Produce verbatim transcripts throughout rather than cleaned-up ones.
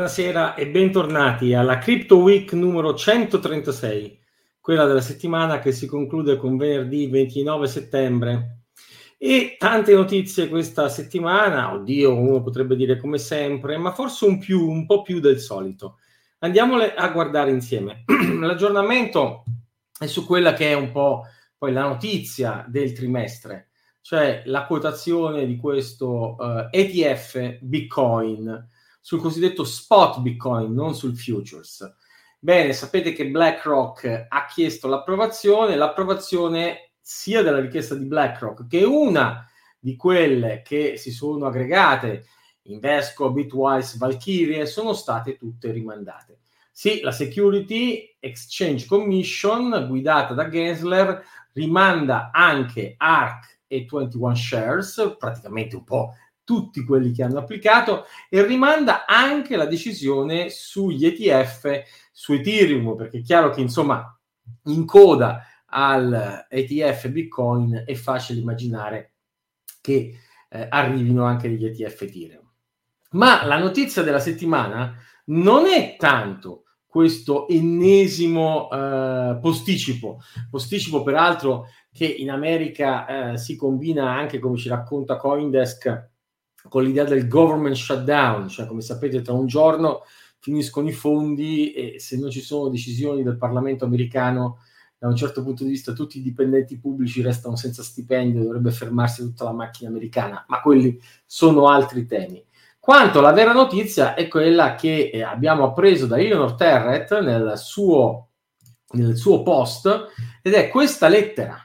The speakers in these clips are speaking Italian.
buonasera e bentornati alla Crypto Week numero centotrentasei, quella della settimana che si conclude con venerdì ventinove settembre. E tante notizie questa settimana, oddio, uno potrebbe dire come sempre, ma forse un, più, un po' più del solito. Andiamole a guardare insieme. L'aggiornamento è su quella che è un po' poi la notizia del trimestre, cioè la quotazione di questo uh, E T F Bitcoin sul cosiddetto spot Bitcoin, non sul futures. Bene, sapete che BlackRock ha chiesto l'approvazione, l'approvazione sia della richiesta di BlackRock che una di quelle che si sono aggregate, Invesco, Bitwise, Valkyrie, sono state tutte rimandate. Sì, la Security Exchange Commission, guidata da Gensler, rimanda anche ARK e ventuno Shares, praticamente un po' tutti quelli che hanno applicato, e rimanda anche la decisione sugli E T F su Ethereum, perché è chiaro che insomma in coda al E T F Bitcoin è facile immaginare che eh, arrivino anche degli E T F Ethereum. Ma la notizia della settimana non è tanto questo ennesimo eh, posticipo, posticipo peraltro che in America eh, si combina anche, come ci racconta Coindesk, con l'idea del government shutdown, cioè come sapete tra un giorno finiscono i fondi e se non ci sono decisioni del Parlamento americano, da un certo punto di vista tutti i dipendenti pubblici restano senza stipendio, dovrebbe fermarsi tutta la macchina americana, ma quelli sono altri temi. Quanto la vera notizia è quella che eh, abbiamo appreso da Eleanor Terrett nel suo, nel suo post, ed è questa lettera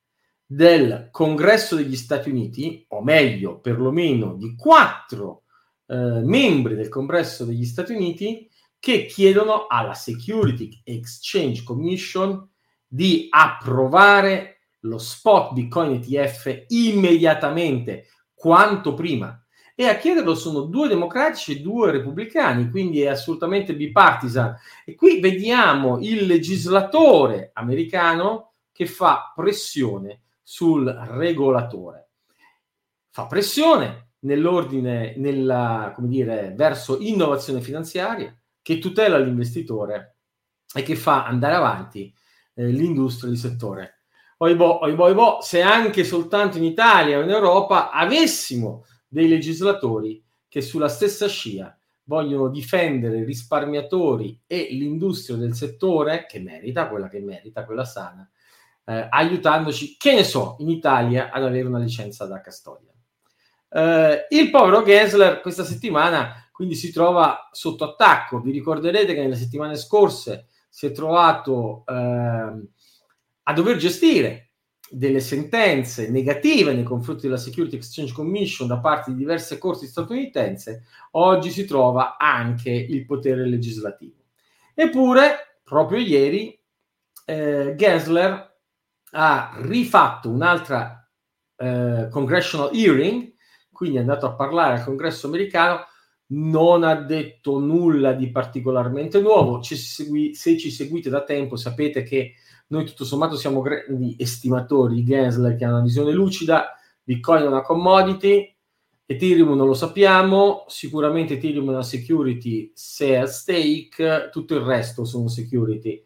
del Congresso degli Stati Uniti, o meglio, perlomeno di quattro eh, membri del Congresso degli Stati Uniti, che chiedono alla Security Exchange Commission di approvare lo spot Bitcoin E T F immediatamente, quanto prima. E a chiederlo sono due democratici e due repubblicani, quindi è assolutamente bipartisan. E qui vediamo il legislatore americano che fa pressione sul regolatore. Fa pressione nell'ordine, nella, come dire, verso innovazione finanziaria, che tutela l'investitore e che fa andare avanti eh, l'industria di settore. Oibò, oibò, oibò, se anche soltanto in Italia o in Europa avessimo dei legislatori che sulla stessa scia vogliono difendere i risparmiatori e l'industria del settore, che merita, quella che merita, quella sana, eh, aiutandoci, che ne so, in Italia ad avere una licenza da custodian. Eh, il povero Gensler questa settimana quindi si trova sotto attacco. Vi ricorderete che nelle settimane scorse si è trovato eh, a dover gestire delle sentenze negative nei confronti della Security Exchange Commission da parte di diverse corti statunitense. Oggi si trova anche il potere legislativo. Eppure, proprio ieri, eh, Gensler ha rifatto un'altra eh, congressional hearing, quindi è andato a parlare al Congresso americano, non ha detto nulla di particolarmente nuovo. Ci segui, se ci seguite da tempo sapete che noi tutto sommato siamo grandi estimatori di Gensler, che ha una visione lucida. Bitcoin è una commodity, Ethereum non lo sappiamo, sicuramente Ethereum è una security se è a stake, tutto il resto sono security.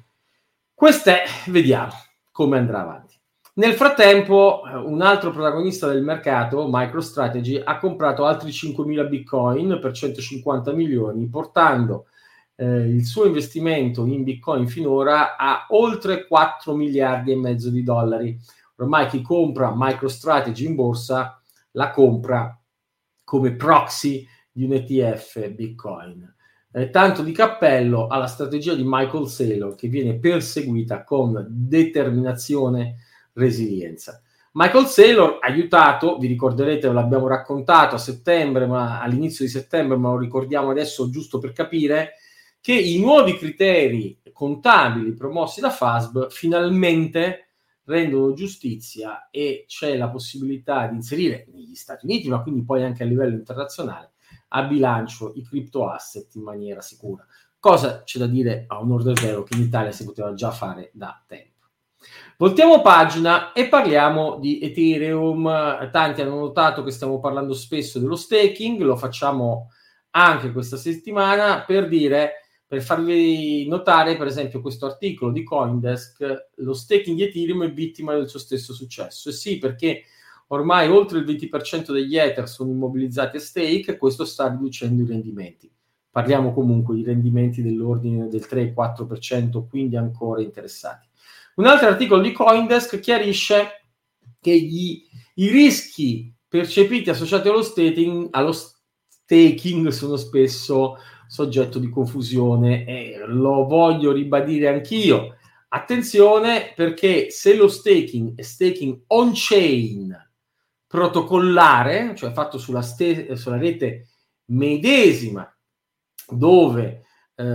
Queste vediamo come andrà avanti. Nel frattempo, un altro protagonista del mercato, MicroStrategy, ha comprato altri cinquemila Bitcoin per centocinquanta milioni, portando eh, il suo investimento in Bitcoin finora a oltre quattro miliardi e mezzo di dollari. Ormai chi compra MicroStrategy in borsa la compra come proxy di un E T F Bitcoin. Eh, tanto di cappello alla strategia di Michael Saylor, che viene perseguita con determinazione, resilienza. Michael Saylor, aiutato, vi ricorderete, lo abbiamo raccontato a settembre, ma all'inizio di settembre, ma lo ricordiamo adesso giusto per capire, che i nuovi criteri contabili promossi da F A S B finalmente rendono giustizia e c'è la possibilità di inserire negli Stati Uniti, ma quindi poi anche a livello internazionale, a bilancio i crypto asset in maniera sicura. Cosa c'è da dire a onor del vero che in Italia si poteva già fare da tempo. Voltiamo pagina e parliamo di Ethereum. Tanti hanno notato che stiamo parlando spesso dello staking, lo facciamo anche questa settimana per dire, per farvi notare per esempio questo articolo di CoinDesk, lo staking di Ethereum è vittima del suo stesso successo. E sì, perché ormai oltre il venti per cento degli Ether sono immobilizzati a stake e questo sta riducendo i rendimenti. Parliamo comunque di rendimenti dell'ordine del tre quattro per cento, quindi ancora interessati. Un altro articolo di CoinDesk chiarisce che gli, i rischi percepiti associati allo staking, allo staking sono spesso soggetto di confusione e lo voglio ribadire anch'io. Attenzione, perché se lo staking è staking on-chain protocollare, cioè fatto sulla, ste- sulla rete medesima dove eh,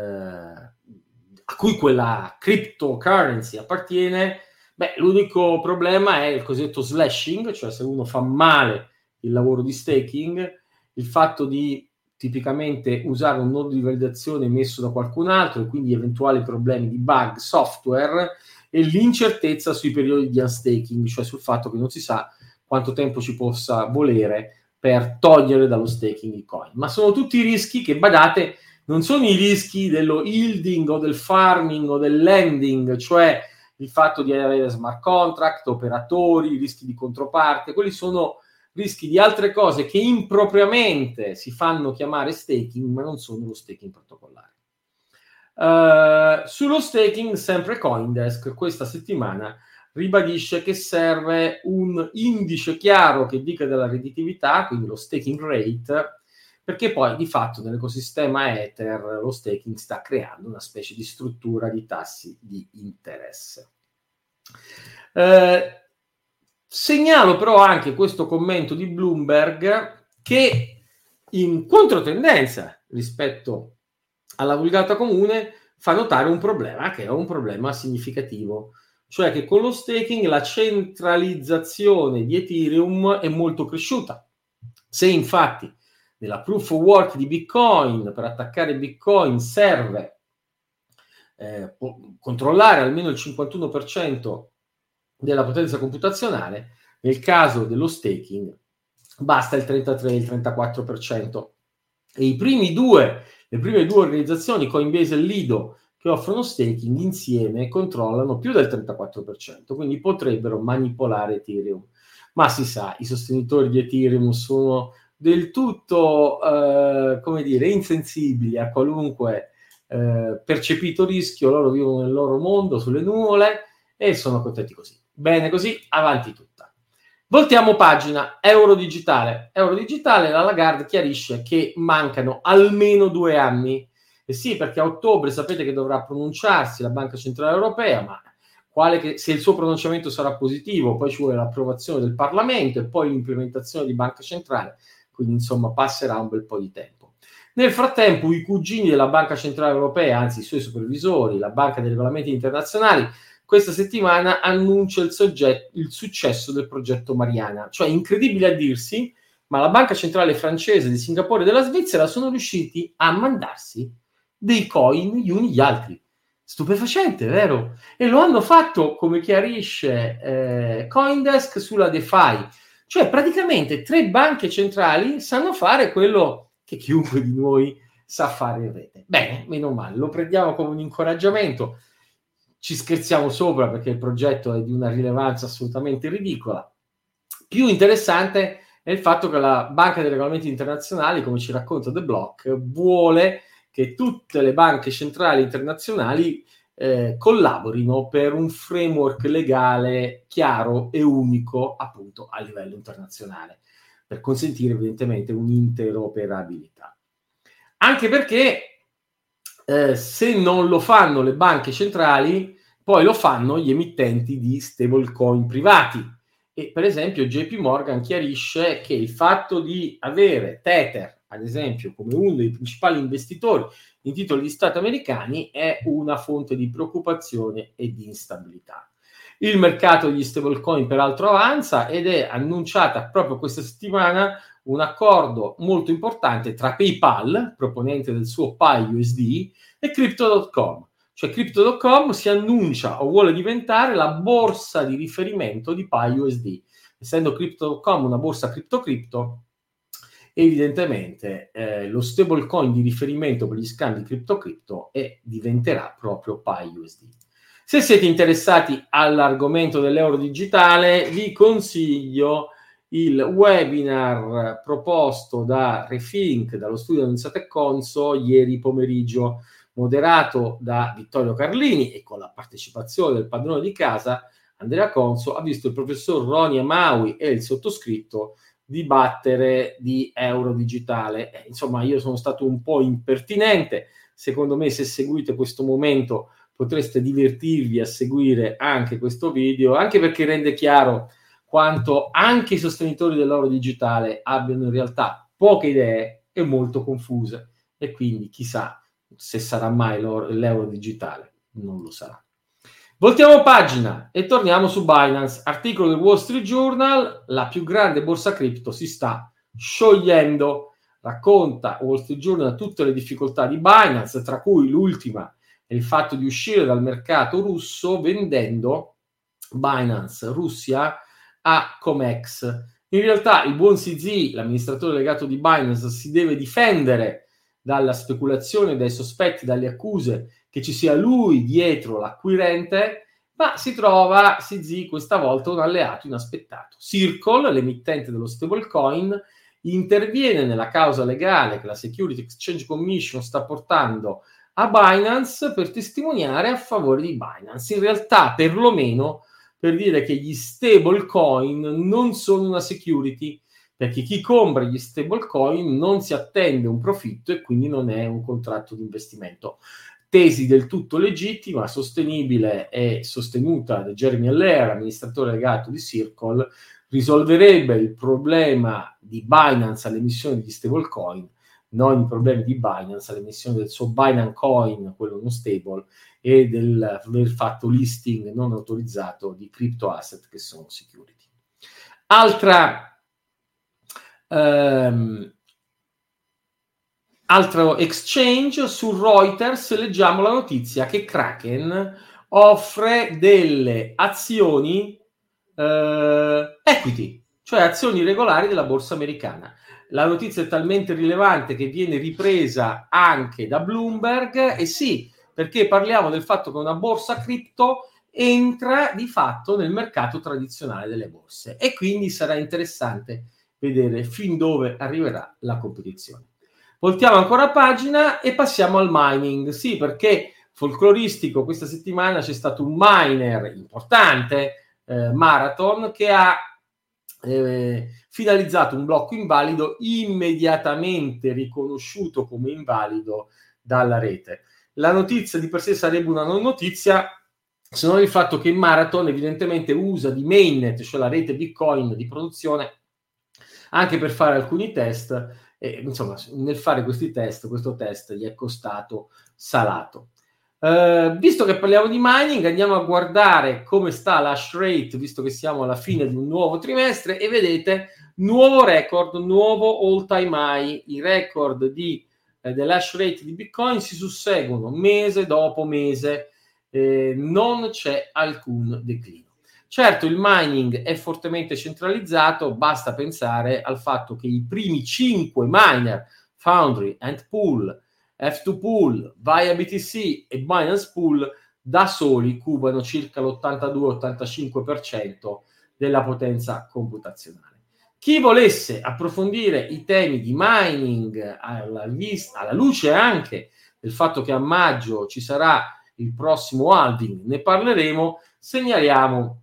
a cui quella cryptocurrency appartiene, beh, l'unico problema è il cosiddetto slashing, cioè se uno fa male il lavoro di staking, il fatto di tipicamente usare un nodo di validazione emesso da qualcun altro e quindi eventuali problemi di bug software e l'incertezza sui periodi di unstaking, cioè sul fatto che non si sa quanto tempo ci possa volere per togliere dallo staking i coin. Ma sono tutti rischi che, badate, non sono i rischi dello yielding o del farming o del lending, cioè il fatto di avere smart contract, operatori, rischi di controparte, quelli sono rischi di altre cose che impropriamente si fanno chiamare staking, ma non sono lo staking protocollare. Uh, sullo staking, sempre CoinDesk questa settimana ribadisce che serve un indice chiaro che dica della redditività, quindi lo staking rate, perché poi di fatto nell'ecosistema Ether lo staking sta creando una specie di struttura di tassi di interesse. Eh, segnalo però anche questo commento di Bloomberg che in controtendenza rispetto alla vulgata comune fa notare un problema che è un problema significativo, cioè che con lo staking la centralizzazione di Ethereum è molto cresciuta. Se infatti nella proof of work di Bitcoin per attaccare Bitcoin serve eh, controllare almeno il cinquantuno per cento della potenza computazionale, nel caso dello staking basta il trentatré il trentaquattro per cento. E i primi due, le prime due organizzazioni, Coinbase e Lido, che offrono staking insieme controllano più del trentaquattro per cento, quindi potrebbero manipolare Ethereum. Ma si sa, i sostenitori di Ethereum sono del tutto, eh, come dire, insensibili a qualunque eh, percepito rischio, loro vivono nel loro mondo, sulle nuvole, e sono contenti così. Bene così, avanti tutta. Voltiamo pagina, Euro Digitale. Euro Digitale, la Lagarde chiarisce che mancano almeno due anni. E sì, perché a ottobre sapete che dovrà pronunciarsi la Banca Centrale Europea, ma quale che, se il suo pronunciamento sarà positivo, poi ci vuole l'approvazione del Parlamento e poi l'implementazione di Banca Centrale, quindi insomma passerà un bel po' di tempo. Nel frattempo i cugini della Banca Centrale Europea, anzi i suoi supervisori, la Banca dei Regolamenti Internazionali, questa settimana annuncia il, soggetto, il successo del progetto Mariana, cioè incredibile a dirsi, ma la Banca Centrale francese di Singapore e della Svizzera sono riusciti a mandarsi dei coin gli uni gli altri. Stupefacente, vero? E lo hanno fatto, come chiarisce eh, CoinDesk, sulla DeFi. Cioè praticamente tre banche centrali sanno fare quello che chiunque di noi sa fare in rete. Bene, meno male, lo prendiamo come un incoraggiamento, ci scherziamo sopra perché il progetto è di una rilevanza assolutamente ridicola. Più interessante è il fatto che la Banca dei Regolamenti Internazionali, come ci racconta The Block, vuole che tutte le banche centrali internazionali eh, collaborino per un framework legale chiaro e unico appunto a livello internazionale, per consentire evidentemente un'interoperabilità. Anche perché eh, se non lo fanno le banche centrali, poi lo fanno gli emittenti di stablecoin privati. E per esempio J P Morgan chiarisce che il fatto di avere Tether, ad esempio, come uno dei principali investitori in titoli di Stato americani è una fonte di preoccupazione e di instabilità. Il mercato degli stablecoin peraltro avanza ed è annunciata proprio questa settimana un accordo molto importante tra PayPal, proponente del suo Pi U S D, e Crypto punto com. Cioè Crypto punto com si annuncia o vuole diventare la borsa di riferimento di Pi U S D. Essendo Crypto punto com una borsa cripto-cripto, evidentemente eh, lo stablecoin di riferimento per gli scambi cripto-cripto e diventerà proprio P Y U S D. Se siete interessati all'argomento dell'euro digitale, vi consiglio il webinar proposto da Refink, dallo studio Annunziata e Conso, ieri pomeriggio, moderato da Vittorio Carlini e con la partecipazione del padrone di casa, Andrea Conso. Ha visto il professor Roni Amaui e il sottoscritto dibattere di euro digitale. Eh, insomma, io sono stato un po' impertinente. Secondo me, se seguite questo momento, potreste divertirvi a seguire anche questo video, anche perché rende chiaro quanto anche i sostenitori dell'euro digitale abbiano in realtà poche idee e molto confuse, e quindi chissà se sarà mai l'euro digitale, non lo sarà. Voltiamo pagina e torniamo su Binance. Articolo del Wall Street Journal: la più grande borsa cripto si sta sciogliendo. Racconta Wall Street Journal tutte le difficoltà di Binance, tra cui l'ultima è il fatto di uscire dal mercato russo vendendo Binance Russia a Comex. In realtà il buon C Z, l'amministratore delegato di Binance, si deve difendere dalla speculazione, dai sospetti, dalle accuse che ci sia lui dietro l'acquirente, ma si trova C Z questa volta un alleato inaspettato. Circle, l'emittente dello stablecoin, interviene nella causa legale che la Security Exchange Commission sta portando a Binance per testimoniare a favore di Binance. In realtà, perlomeno, per dire che gli stablecoin non sono una security, perché chi compra gli stablecoin non si attende un profitto e quindi non è un contratto di investimento. Tesi del tutto legittima, sostenibile e sostenuta da Jeremy Allaire, amministratore delegato di Circle, risolverebbe il problema di Binance all'emissione degli stablecoin, non i problemi di Binance all'emissione del suo Binance Coin, quello non stable, e del aver fatto listing non autorizzato di crypto asset che sono security. Altra ehm, altro exchange, su Reuters leggiamo la notizia che Kraken offre delle azioni eh, equity, cioè azioni regolari della borsa americana. La notizia è talmente rilevante che viene ripresa anche da Bloomberg, e sì, perché parliamo del fatto che una borsa cripto entra di fatto nel mercato tradizionale delle borse, e quindi sarà interessante vedere fin dove arriverà la competizione. Voltiamo ancora pagina e passiamo al mining. Sì, perché folcloristico questa settimana c'è stato un miner importante, eh, Marathon, che ha eh, finalizzato un blocco invalido immediatamente riconosciuto come invalido dalla rete. La notizia di per sé sarebbe una non notizia, se non il fatto che Marathon evidentemente usa di mainnet, cioè la rete Bitcoin di produzione, anche per fare alcuni test, e insomma nel fare questi test, questo test gli è costato salato. Uh, visto che parliamo di mining, andiamo a guardare come sta l'hash rate, visto che siamo alla fine di un nuovo trimestre, e vedete nuovo record, nuovo all time high. I record di, eh, dell'hash rate di Bitcoin si susseguono mese dopo mese, eh, non c'è alcun declino. Certo, il mining è fortemente centralizzato, basta pensare al fatto che i primi cinque miner, Foundry, Antpool, F due Pool, Via B T C e Binance Pool, da soli cubano circa l'ottantadue ottantacinque per cento della potenza computazionale. Chi volesse approfondire i temi di mining alla, vista, alla luce anche del fatto che a maggio ci sarà il prossimo halving, ne parleremo. Segnaliamo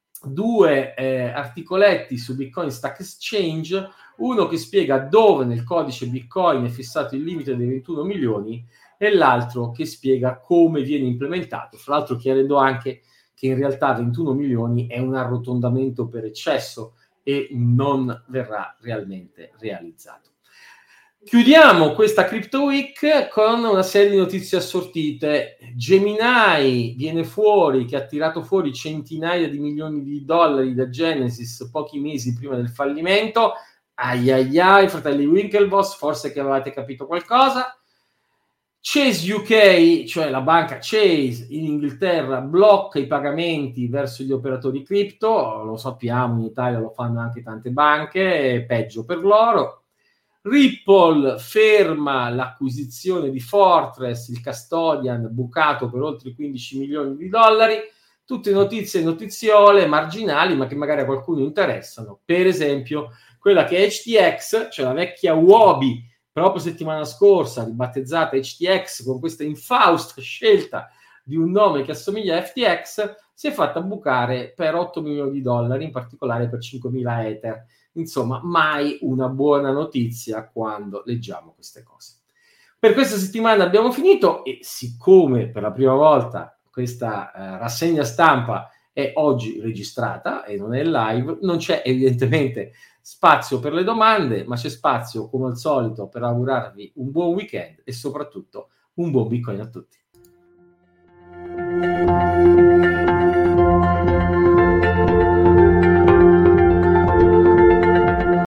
due eh, articoletti su Bitcoin Stack Exchange, uno che spiega dove nel codice Bitcoin è fissato il limite dei ventuno milioni e l'altro che spiega come viene implementato, fra l'altro chiarendo anche che in realtà ventuno milioni è un arrotondamento per eccesso e non verrà realmente realizzato. Chiudiamo questa Crypto Week con una serie di notizie assortite. Gemini viene fuori, che ha tirato fuori centinaia di milioni di dollari da Genesis pochi mesi prima del fallimento. Ai ai ai, fratelli Winklevoss, forse che avevate capito qualcosa. Chase U K, cioè la banca Chase in Inghilterra, blocca i pagamenti verso gli operatori cripto. Lo sappiamo, in Italia lo fanno anche tante banche, peggio per loro. Ripple ferma l'acquisizione di Fortress, il custodian bucato per oltre quindici milioni di dollari. Tutte notizie notiziole marginali, ma che magari a qualcuno interessano. Per esempio, quella che è H T X, cioè la vecchia Huobi, proprio settimana scorsa, ribattezzata H T X con questa infausta scelta di un nome che assomiglia a F T X, si è fatta bucare per otto milioni di dollari, in particolare per cinquemila Ether. Insomma, mai una buona notizia quando leggiamo queste cose. Per questa settimana abbiamo finito e siccome per la prima volta questa eh, rassegna stampa è oggi registrata e non è live, non c'è evidentemente spazio per le domande, ma c'è spazio come al solito per augurarvi un buon weekend e soprattutto un buon Bitcoin a tutti.